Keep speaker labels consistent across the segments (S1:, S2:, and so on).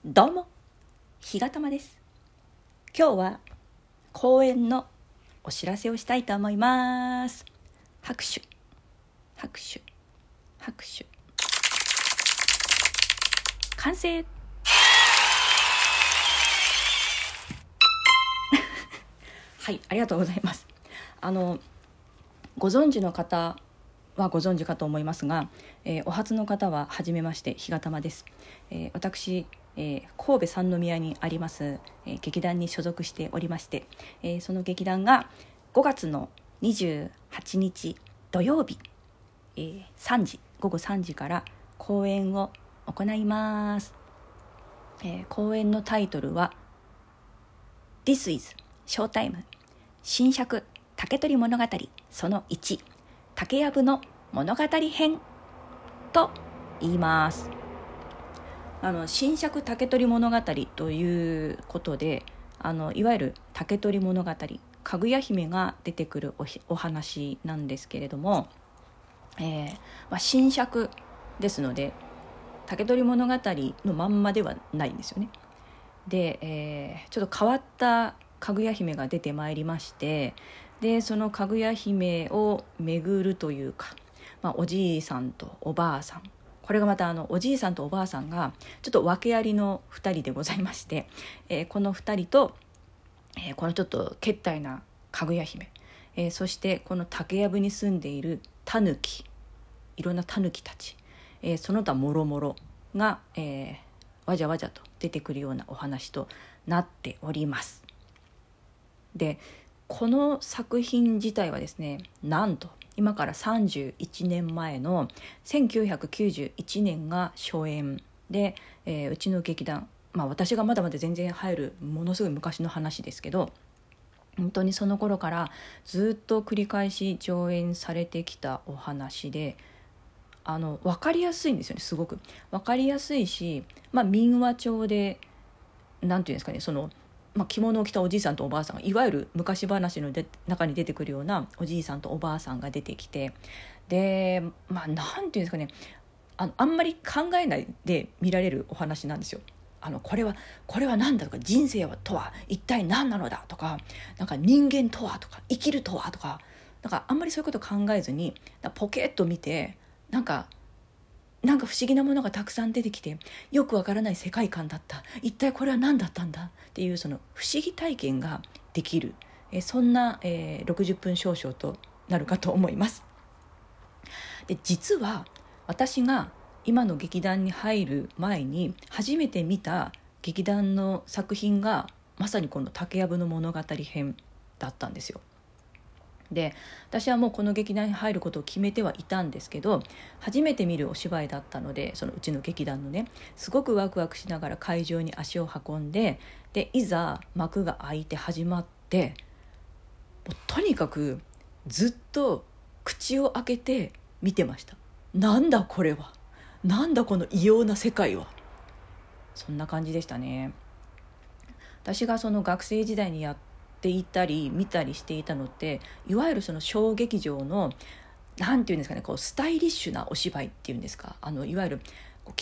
S1: どうも、ひがたまです。今日は公演のお知らせをしたいと思います。拍手、拍手、拍手。完成。はい、ありがとうございます。ご存知の方はご存知かと思いますが、お初の方は初めまして、ひがたまです。私、神戸三宮にあります、劇団に所属しておりまして、その劇団が5月の28日土曜日、午後3時から公演を行います。公演のタイトルは This is Showtime 新尺竹取物語その1竹やぶの物語編と言います。新尺竹取物語ということで、いわゆる竹取物語、かぐや姫が出てくるお話なんですけれども、新尺ですので竹取物語のまんまではないんですよね。で、ちょっと変わったかぐや姫が出てまいりまして、でそのかぐや姫を巡るというか、おじいさんとおばあさん、これがまたおじいさんとおばあさんがちょっと訳ありの2人でございまして、この2人と、このちょっとけったいなかぐや姫、そしてこの竹やぶに住んでいるタヌキ、いろんなタヌキたち、その他もろもろが、わじゃわじゃと出てくるようなお話となっております。でこの作品自体はですね、なんと今から31年前の1991年が初演で、うちの劇団、私がまだまだ全然入るものすごい昔の話ですけど、本当にその頃からずっと繰り返し上演されてきたお話で、分かりやすいんですよね。すごく分かりやすいし、民話調でなんていうんですかね、着物を着たおじいさんとおばあさんが、いわゆる昔話の中に出てくるようなおじいさんとおばあさんが出てきて、でなんていうんですかね、あんまり考えないで見られるお話なんですよ。これは何だとか、人生とは一体何なのだとか、なんか人間とはとか、生きるとはとか、なんかあんまりそういうこと考えずにポケッと見て、なんか不思議なものがたくさん出てきて、よくわからない世界観だった、一体これは何だったんだっていう、その不思議体験ができる、そんな、60分少々となるかと思います。で実は私が今の劇団に入る前に初めて見た劇団の作品がまさにこの竹やぶの物語編だったんですよ。で私はもうこの劇団に入ることを決めてはいたんですけど、初めて見るお芝居だったので、そのうちの劇団のね、すごくワクワクしながら会場に足を運んで、でいざ幕が開いて始まって、もうとにかくずっと口を開けて見てました。なんだこれは、なんだこの異様な世界は。そんな感じでしたね。私がその学生時代にやっていたり見たりしていたのって、いわゆるその小劇場のなんていうんですかね、こうスタイリッシュなお芝居っていうんですか、いわゆる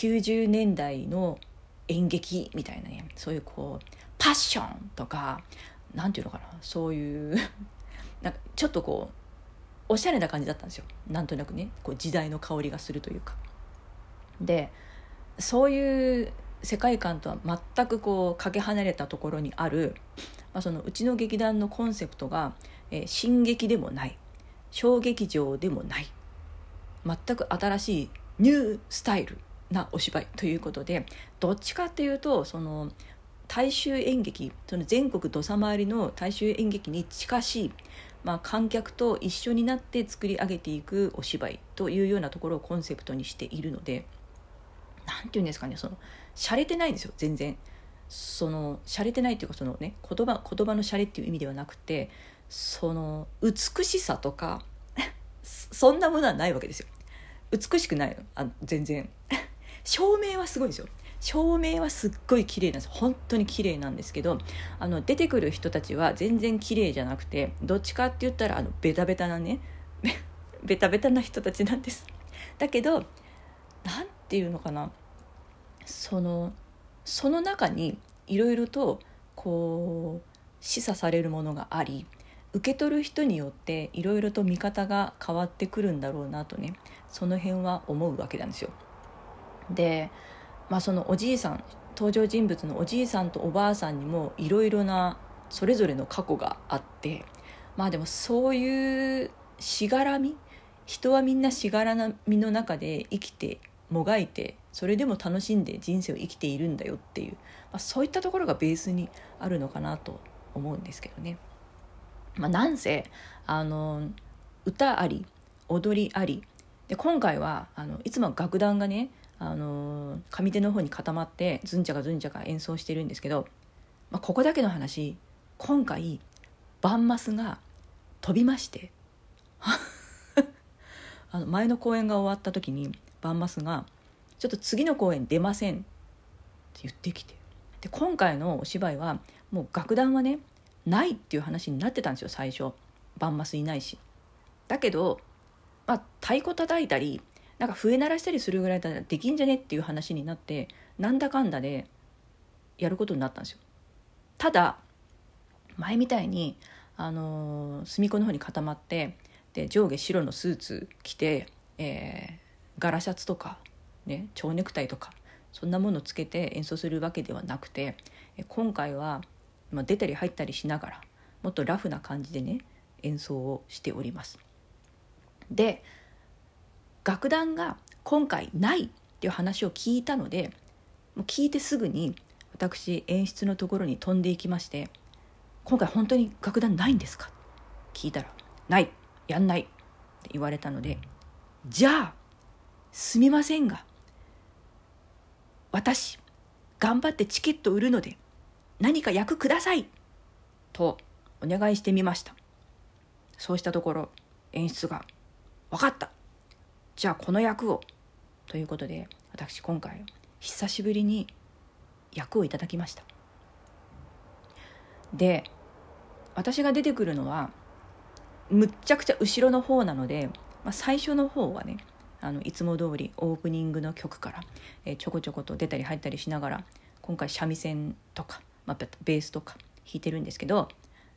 S1: 90年代の演劇みたいなね、そういうこうパッションとか、なんていうのかな、そういうなんかちょっとこうおしゃれな感じだったんですよ。なんとなくね、こう時代の香りがするというか。でそういう世界観とは全くこうかけ離れたところにある、そのうちの劇団のコンセプトが、新劇でもない、小劇場でもない、全く新しいニュースタイルなお芝居ということで、どっちかっていうとその大衆演劇、その全国土佐回りの大衆演劇に近しい、観客と一緒になって作り上げていくお芝居というようなところをコンセプトにしているので、なんていうんですかね、その洒落てないんですよ。全然その洒落てないっていうか、そのね、言葉の洒落っていう意味ではなくて、その美しさとかそんなものはないわけですよ。美しくないの、全然照明はすごいんですよ。照明はすっごい綺麗なんです。本当に綺麗なんですけど、出てくる人たちは全然綺麗じゃなくて、どっちかって言ったらベタベタなねベタベタな人たちなんです。だけどなんていうのかな、そのその中にいろいろとこう示唆されるものがあり、受け取る人によっていろいろと見方が変わってくるんだろうなとね、その辺は思うわけなんですよ。で、そのおじいさん、登場人物のおじいさんとおばあさんにもいろいろなそれぞれの過去があって、でもそういうしがらみ、人はみんなしがらみの中で生きてもがいて、それでも楽しんで人生を生きているんだよっていう、そういったところがベースにあるのかなと思うんですけどね。なんせ歌あり踊りありで、今回はいつも楽団がね、上手の方に固まってずんちゃかずんちゃか演奏してるんですけど、ここだけの話、今回バンマスが飛びまして前の公演が終わった時にバンマスがちょっと次の公演出ませんって言ってきて、で今回のお芝居はもう楽団はねないっていう話になってたんですよ。最初バンマスいないし、だけど太鼓叩いたりなんか笛鳴らしたりするぐらいだったらできんじゃねっていう話になって、なんだかんだでやることになったんですよ。ただ前みたいに隅っこの方に固まってで上下白のスーツ着て、ガラシャツとか、ね、蝶ネクタイとかそんなものつけて演奏するわけではなくて、今回は、出たり入ったりしながらもっとラフな感じでね演奏をしております。で楽団が今回ないっていう話を聞いたので、もう聞いてすぐに私演出のところに飛んでいきまして、今回本当に楽団ないんですか聞いたら、ない、やんないって言われたので、じゃあすみませんが私頑張ってチケット売るので何か役くださいとお願いしてみました。そうしたところ演出が分かった、じゃあこの役をということで、私今回久しぶりに役をいただきました。で私が出てくるのはむっちゃくちゃ後ろの方なので、最初の方はねいつも通りオープニングの曲から、ちょこちょこと出たり入ったりしながら、今回三味線とか、ベースとか弾いてるんですけど、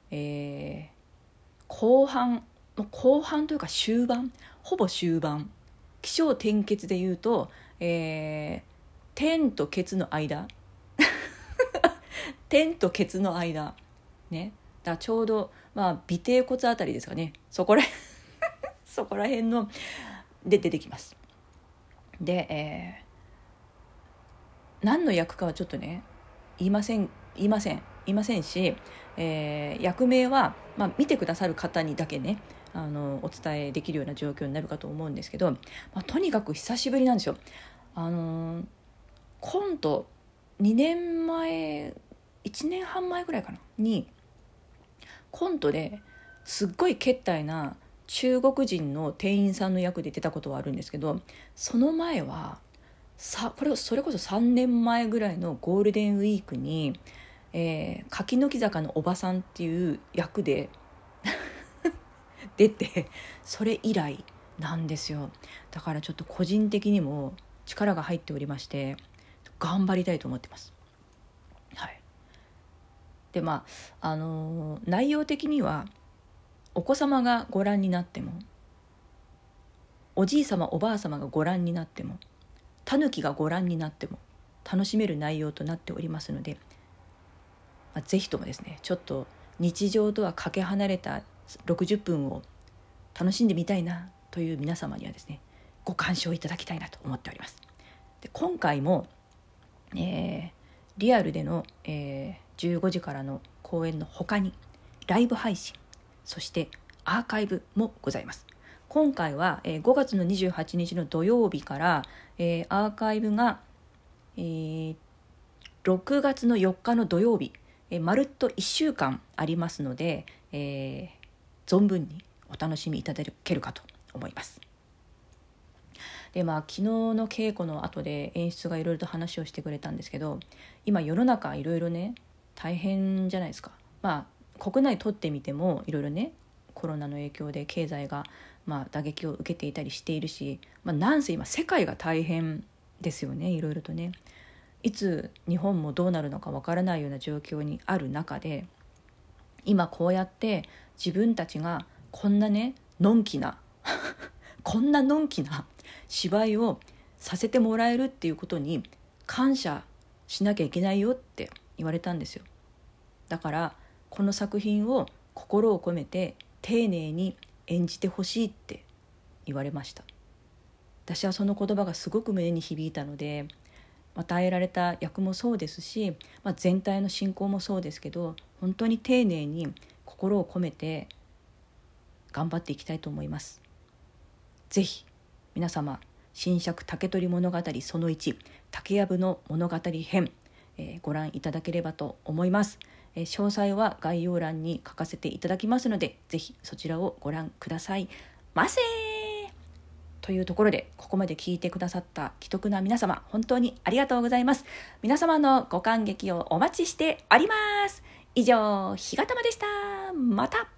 S1: 後半というか終盤、ほぼ終盤、起承転結で言うと、天とケツの間天とケツの間ね、だちょうど尾てい骨あたりですかね、そこら辺ので出てきます。で、何の役かはちょっとね言いませんし、役名は、見てくださる方にだけねお伝えできるような状況になるかと思うんですけど、とにかく久しぶりなんですよ。コント2年前1年半前ぐらいかなにコントですっごいけったいな中国人の店員さんの役で出たことはあるんですけど、その前はそれこそ3年前ぐらいのゴールデンウィークに、柿の木坂のおばさんっていう役で出て、それ以来なんですよ。だからちょっと個人的にも力が入っておりまして、頑張りたいと思ってます。はい。で内容的にはお子様がご覧になっても、おじい様おばあ様がご覧になっても、タヌキがご覧になっても楽しめる内容となっておりますので、ぜひともですね、ちょっと日常とはかけ離れた60分を楽しんでみたいなという皆様にはですね、ご鑑賞いただきたいなと思っております。で今回も、リアルでの、15時からの公演の他にライブ配信、そしてアーカイブもございます。今回は、5月の28日の土曜日から、アーカイブが、6月の4日の土曜日、まるっと1週間ありますので、存分にお楽しみいただけるかと思います。で昨日の稽古の後で演出がいろいろと話をしてくれたんですけど、今世の中いろいろね大変じゃないですか。国内取ってみてもいろいろねコロナの影響で経済が打撃を受けていたりしているし、なんせ今世界が大変ですよね、いろいろとね。 いつ日本もどうなるのかわからないような状況にある中で、今こうやって自分たちがこんなねのんきなこんなのんきな芝居をさせてもらえるっていうことに感謝しなきゃいけないよって言われたんですよ。だからこの作品を心を込めて丁寧に演じてほしいって言われました。私はその言葉がすごく胸に響いたので、与えられた役もそうですし、全体の進行もそうですけど、本当に丁寧に心を込めて頑張っていきたいと思います。ぜひ皆様、新釈竹取物語その1、竹やぶの物語編、ご覧いただければと思います。詳細は概要欄に書かせていただきますので、ぜひそちらをご覧くださいませ。というところで、ここまで聞いてくださった既得な皆様、本当にありがとうございます。皆様のご感激をお待ちしております。以上、ひがたまでした。また。